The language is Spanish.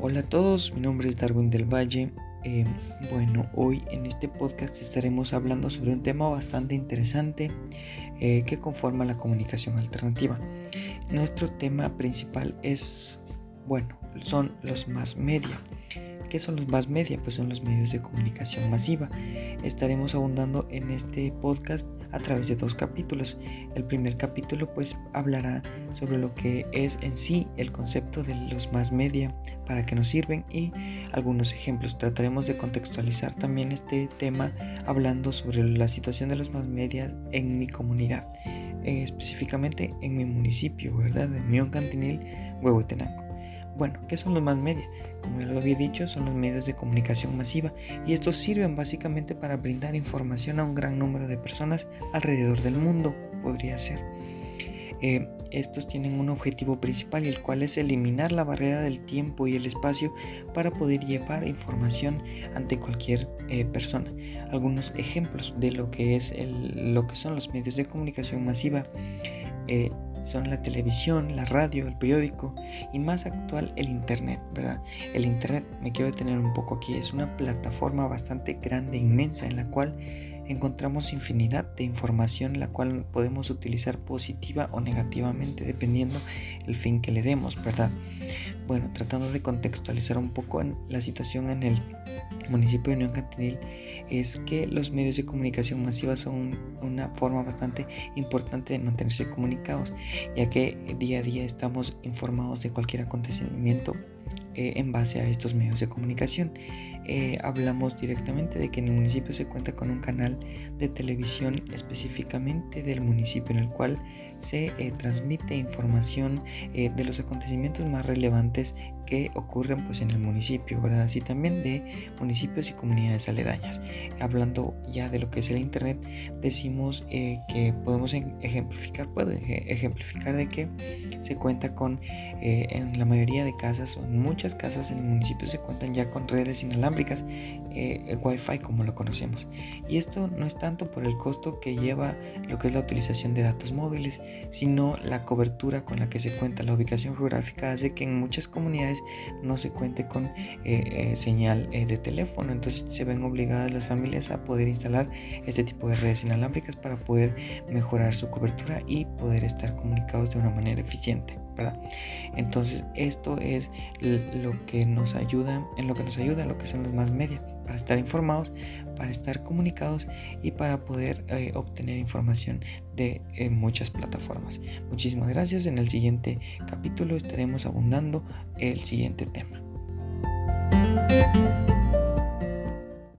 Hola a todos, mi nombre es Darwin del Valle. Hoy en este podcast estaremos hablando sobre un tema bastante interesante que conforma la comunicación alternativa. Nuestro tema principal son los mass media. ¿Qué son los mass media? Pues son los medios de comunicación masiva. Estaremos abundando en este podcast a través de 2 capítulos. El primer capítulo pues hablará sobre lo que es en sí el concepto de los mass media, para qué nos sirven y algunos ejemplos. Trataremos de contextualizar también este tema hablando sobre la situación de los mass media en mi comunidad, específicamente en mi municipio, ¿verdad? En Unión Cantinil, Huehuetenango. ¿Qué son los mass media? Como ya lo había dicho, son los medios de comunicación masiva y estos sirven básicamente para brindar información a un gran número de personas alrededor del mundo, podría ser. Estos tienen un objetivo principal, el cual es eliminar la barrera del tiempo y el espacio para poder llevar información ante cualquier persona. Algunos ejemplos de lo que son los medios de comunicación masiva son la televisión, la radio, el periódico y más actual el internet, ¿verdad? El internet, me quiero detener un poco aquí, es una plataforma bastante grande, inmensa, en la cual encontramos infinidad de información, la cual podemos utilizar positiva o negativamente dependiendo el fin que le demos, ¿verdad? Tratando de contextualizar un poco en la situación en el municipio de Unión Cantinil, es que los medios de comunicación masiva son una forma bastante importante de mantenerse comunicados, ya que día a día estamos informados de cualquier acontecimiento en base a estos medios de comunicación. Hablamos directamente de que en el municipio se cuenta con un canal de televisión específicamente del municipio, en el cual se transmite información de los acontecimientos más relevantes que ocurren pues en el municipio, ¿verdad? Así también de municipios y comunidades aledañas. Hablando ya de lo que es el internet, decimos que podemos ejemplificar de que se cuenta con en la mayoría de casas o en muchas casas en el municipio se cuentan ya con redes inalámbricas, Wi-Fi como lo conocemos, y esto no es tanto por el costo que lleva lo que es la utilización de datos móviles, sino la cobertura con la que se cuenta. La ubicación geográfica hace que en muchas comunidades no se cuente con señal de teléfono, entonces se ven obligadas las familias a poder instalar este tipo de redes inalámbricas para poder mejorar su cobertura y poder estar comunicados de una manera eficiente, ¿verdad? Entonces esto es lo que nos ayuda lo que son los mass media, para estar informados, para estar comunicados y para poder obtener información de muchas plataformas. Muchísimas gracias. En el siguiente capítulo estaremos abundando el siguiente tema.